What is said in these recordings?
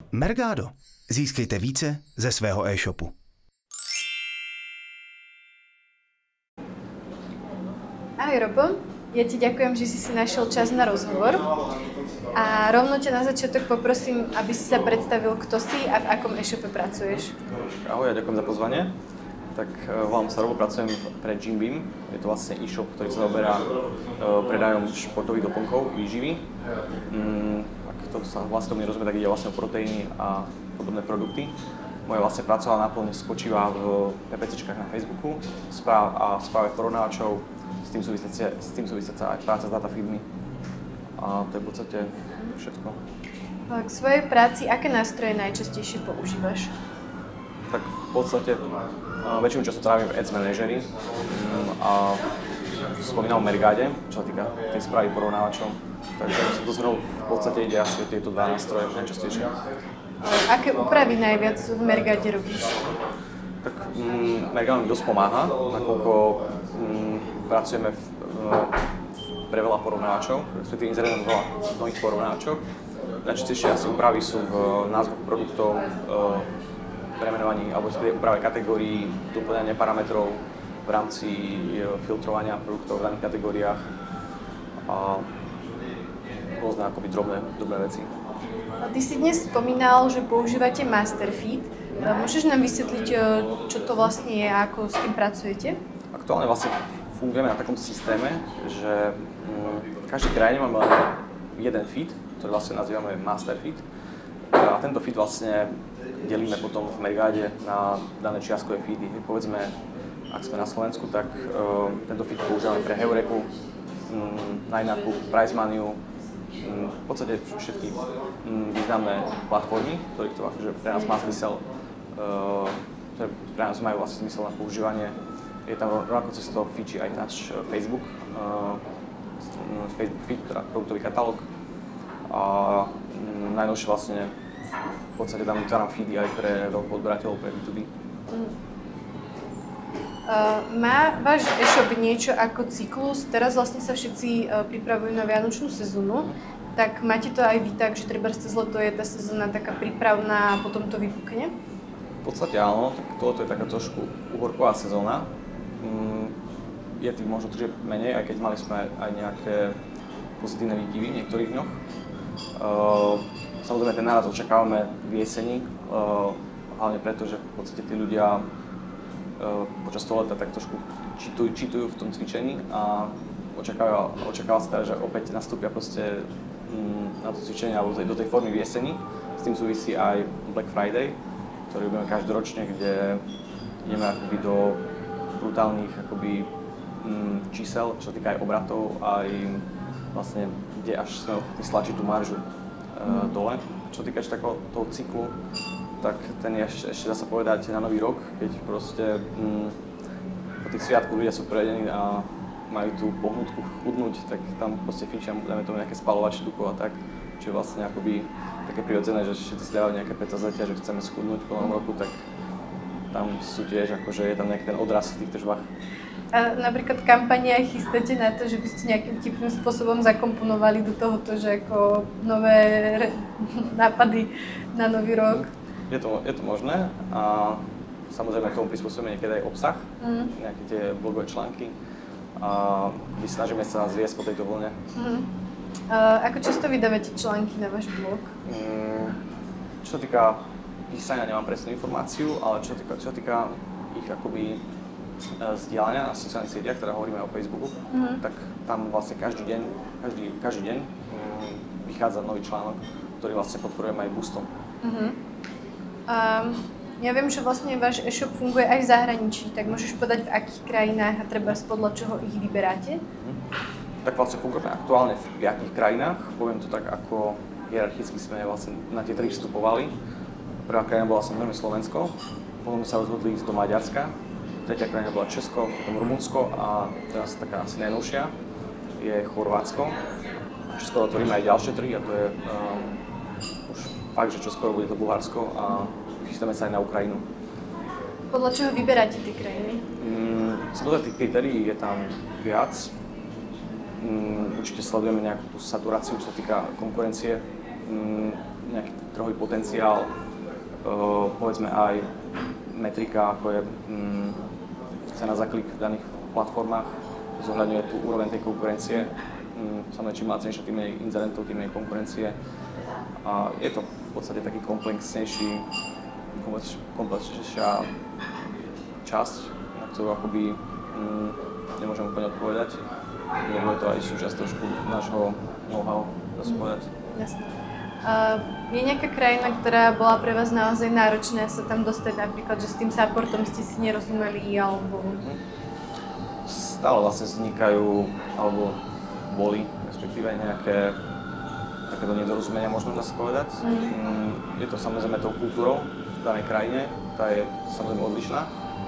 Mergado. Získejte více ze svého e-shopu. Ahoj Robo, ja ti ďakujem, že si našiel čas na rozhovor a rovno ťa na začiatok poprosím, aby si sa predstavil, kto si a v akom e-shope pracuješ. Ahoj, ja ďakujem za pozvanie. Tak volám sa Robo, pracujem pre Gym Beam. Je to vlastne e-shop, ktorý sa zaoberá predajom športových doplnkov výživy. Ak to sa vlastne tomu nerozumie, tak ide vlastne o proteíny a podobné produkty. Moja vlastne pracovná náplň spočíva v PPCčkách na Facebooku a správe porovnávačov, s tým súvisiaca aj práca s data feedmi. A to je v podstate všetko. K svojej práci aké nástroje najčastejšie používaš? Tak v podstate väčšinu času trávim v Ads Manageri a spomínal v Mergáde, čo sa týka tej správy porovnávačov. Takže som to zhrnul, v podstate ide asi o tieto dva nástroje najčastejšie. Aké úpravy najviac v Mergáde robíš? Tak Mergáda mi dosť pomáha, nakoľko pracujeme pre veľa porovnávačov, respektíve inzerujeme veľa nových porovnávačov. Najčastejšie asi úpravy sú v názvoch produktov, premenovaní alebo úprave kategórií, doplňanie parametrov v rámci filtrovania produktov v daných kategóriách a rôzne akoby drobné veci. Ty si dnes spomínal, že používate Masterfeed. Môžeš nám vysvetliť, čo to vlastne je a ako s tým pracujete? Aktuálne vlastne fungujeme na takom systéme, že v každej krajine máme jeden feed, ktorý vlastne nazývame Masterfeed. A tento feed vlastne delíme potom v Mergáde na dané čiastkové feedy. Povedzme, ak sme na Slovensku, tak tento feed používame pre Heureku, Najnakup, Pricemaniu, v podstate všetky významné platformy, ktoré to akože pre nás má zmysel, ktoré pre nás majú vlastne zmysel na používanie. Je tam rovnako cez to feature aj náš Facebook, Facebook feed, teda produktový katalóg. A najnovšie vlastne v podstate tam vytváram feedy aj pre veľkých odberateľov, pre B2B. Má váš e-shop niečo ako cyklus? Teraz vlastne sa všetci pripravujú na vianočnú sezónu, tak máte to aj vy tak, že treba cez leto je tá sezóna taká prípravná a potom to vypukne? V podstate áno, tak toto je taká trošku uhorková sezóna. Je tých možno trošku menej, aj keď mali sme aj nejaké pozitívne výkyvy v niektorých dňoch. Samozrejme ten náraz očakávame v jeseni, hlavne preto, že v podstate tí ľudia počas toho leta tak trošku čitujú v tom cvičení a očakáva sa teda, že opäť nastúpia proste na to cvičenie alebo do tej formy v jeseni. S tým súvisí aj Black Friday, ktorý robíme každoročne, kde ideme akoby do brutálnych akoby čísel, čo sa týka aj obratov, aj vlastne, kde až sme ochotní stlačiť tú maržu dole. Čo týka toho cyklu, tak ten je ešte dá sa povedať na nový rok, keď proste po tých sviatkoch ľudia sú prejedení a majú tú pohnutku chudnúť, tak tam proste fičia, dáme tomu nejaké spalovače tukov a tak, čo je vlastne akoby také prirodzené, že všetci si dávajú nejaké predsavzatia, že chceme schudnúť po novom roku, tak tam sú tiež akože je tam nejaký ten odraz v tých tržbách. A napríklad v kampaniách chystáte na to, že by ste nejakým vtipným spôsobom zakomponovali do tohoto, že ako nové nápady na nový rok? Je to možné a samozrejme k tomu prispôsobíme niekedy aj obsah, nejaké tie blogové články a snažíme sa zviesť po tejto vlne. Ako často vydávate články na váš blog? Čo sa týka písania, nemám presnú informáciu, ale čo sa týka ich akoby zdieľania na sociálnych sieťach, teda hovoríme o Facebooku, tak tam vlastne každý deň vychádza nový článok, ktorý vlastne podporujeme aj boostom. Ja viem, že vlastne váš e-shop funguje aj v zahraničí, tak môžeš povedať v akých krajinách a treba podľa čoho ich vyberáte? Tak vlastne fungujeme aktuálne v 5 krajinách, poviem to tak ako hierarchicky sme vlastne na tie 3 vstupovali. Prvá krajina bola samozrejme Slovensko, potom sa rozhodli ísť do Maďarska, tretia krajina bola Česko, potom Rumunsko a teraz taká asi najnovšia je Chorvátsko. Čoskoro otvoríme aj ďalšie 3 a to je už fakt, že čoskoro bude to Bulharsko a chystáme sa aj na Ukrajinu. Podľa čoho vyberáte tie krajiny? Samozrejme tých kritérií je tam viac. Určite sledujeme nejakú tú saturáciu, čo sa týka konkurencie. nejaký trhový potenciál, povedzme aj metrika, ako je cena za klik v daných platformách, zohľadňuje tú úroveň tej konkurencie. Samozrejme, čím lacnejšie, tým menej inzerentov, tým menej konkurencie. A je to v podstate taký komplexnejšia časť, na ktorú akoby nemôžem úplne odpovedať, lebo je to aj súčasť trošku nášho know-how, dá sa povedať. Jasné. Je nejaká krajina, ktorá bola pre vás naozaj náročná sa tam dostať, napríklad, že s tým supportom ste si nerozumeli, alebo... Stále vlastne vznikajú, alebo boli, respektíve nejaké takéto nedorozumenia, možno dá sa povedať. Je to samozrejme tou kultúrou v danej krajine, tá je samozrejme odlišná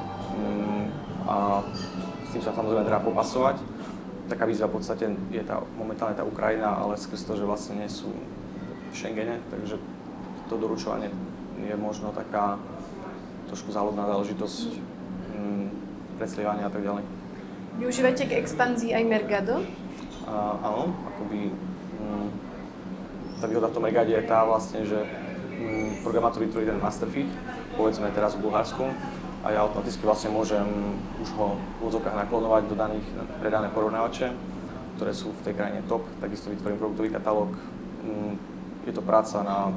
a s tým sa samozrejme treba popasovať. Taká výzva v podstate je momentálne tá Ukrajina, ale skrz to, že vlastne nie sú v Schengene, takže to doručovanie je možno taká trošku záľudná záležitosť, preslievania a tak ďalej. Využívate k expanzii aj Mercado? Áno, akoby tá výhoda v tom Mercade je tá vlastne, že programátor vytvorí ten masterfeed, povedzme teraz v Bulharsku, a ja automaticky vlastne môžem už ho v úvodzovkách naklonovať do daných predané porovnávače, ktoré sú v tej krajine top, takisto vytvorím produktový katalóg. Je to práca na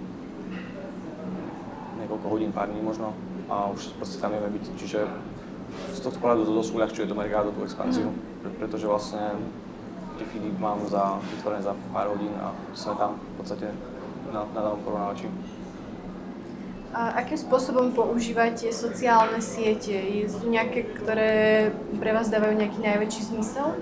niekoľko hodín, pár dní možno a už proste tam vieme byť, čiže z tohto pohľadu to dosť uľahčuje to Mercado, tú expanziu, pretože vlastne tie feedy mám vytvorené za pár hodín a sme tam v podstate na danom porovnávači. A akým spôsobom používate sociálne siete? Sú nejaké, ktoré pre vás dávajú nejaký najväčší zmysel?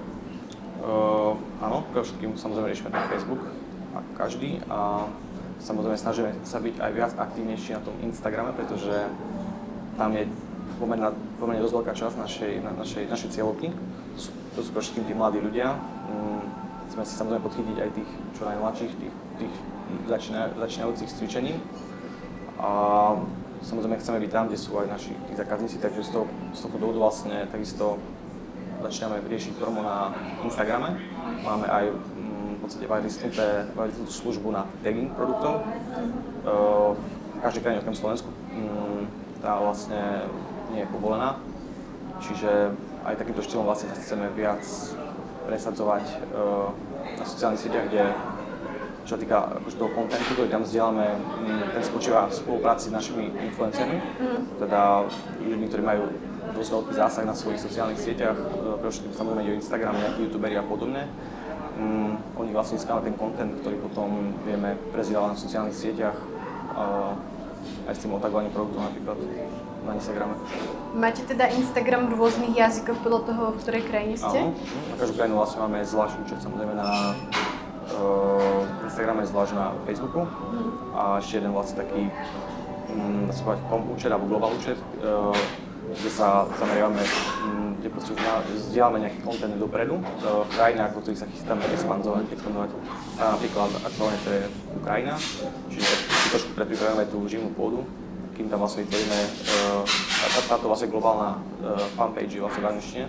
Áno, pre všetkým samozrejme riešime ten Facebook, ako každý, a samozrejme snažíme sa byť aj viac aktívnejší na tom Instagrame, pretože tam je pomerne dosť veľká časť našej cieľovky. To sú pre všetkým tí mladí ľudia. Chceme si samozrejme podchytiť aj tých čo najmladších, tých začínajúcich s cvičením. A samozrejme chceme byť tam, kde sú aj naši zákazníci, takže z toho dôvodu vlastne takisto začíname riešiť promo na Instagrame. Máme aj v podstate whitelistnutú službu na tagging produktov. V každej krajine okrem Slovensku tá vlastne nie je povolená, čiže aj takýmto štýlom vlastne chceme viac presadzovať na sociálnych sieťach, kde čo sa týka akože toho kontentu, ktorý tam vzdielame, ten spočíva v spolupráci s našimi influencermi, teda ľuďmi, ktorí majú dosť veľký zásah na svojich sociálnych sieťach, pre všetkým samozrejme ide Instagram, nejakí youtuberi a podobne. Oni vlastne získavajú ten content, ktorý potom vieme prezdieľať na sociálnych sieťach, aj s tým otagovaním produktov napríklad na Instagrame. Máte teda Instagram v rôznych jazykoch podľa toho, v ktorej krajine ste? Áno, na každú krajinu vlastne máme zvláštny účet, samozrejme na Instagrame, zvlášť na Facebooku a ešte jeden vlastne taký účet alebo global účet, kde sa zameriavame, kde proste vzdielame nejaký content dopredu v krajinách, v ktorých sa chystáme expandovať. Napríklad aktuálne to je Ukrajina, čiže si trošku predpripravujeme tú živnú pôdu, kým tam vlastne vytvoríme, táto vlastne globálna fanpage je vlastne v angličtine.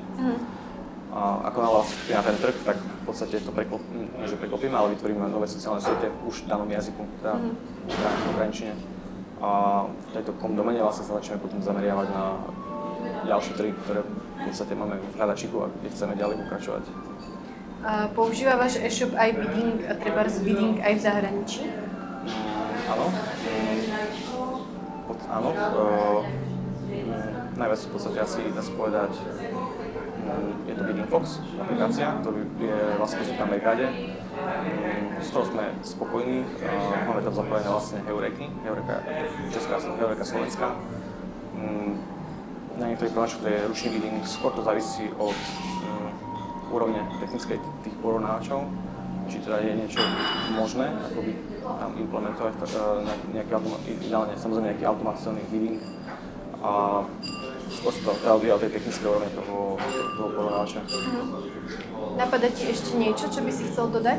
A ako náhle vlastne na ten trh, tak v podstate to preklopíme, ale vytvoríme nové sociálne siete už v danom jazyku, teda v ukrajinčine. A v tejto domene vlastne sa začneme potom zameriavať na ďalšie trhy, ktoré v podstate máme v hľadačíku a kde chceme ďalej pokračovať. A používa váš e-shop aj bidding a trebárs bidding aj v zahraničí? Áno. Áno. Najviac v podstate asi dá sa povedať, je to Bidding Fox, aplikácia, ktorý je vlastne dostupná v Mercade, z toho sme spokojní. Máme tam zapojené vlastne Heureky, Heureka Česká, Heureka Slovenská. Na niektorých pronáčoch to je ručný bidding, skôr to závisí od úrovne technickej tých porovnávačov, či teda je niečo možné, ako by tam implementovať ideálne samozrejme nejaký automatizovaný bidding. A skôr sa to teda odvíja od tej technickej úrovne toho porovnávača. Napadá ti ešte niečo, čo by si chcel dodať?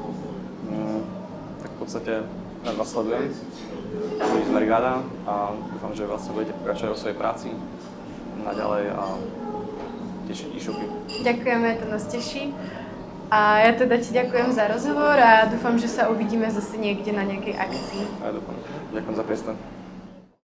Tak v podstate ja vás sledujem, budem z Mercada a dúfam, že vlastne budete pokračovať vo svojej práci naďalej a tešiť e-shopy. Ďakujeme, to nás teší. A ja teda ti ďakujem za rozhovor a dúfam, že sa uvidíme zase niekde na nejakej akcii. A ja dúfam. Ďakujem za priestor.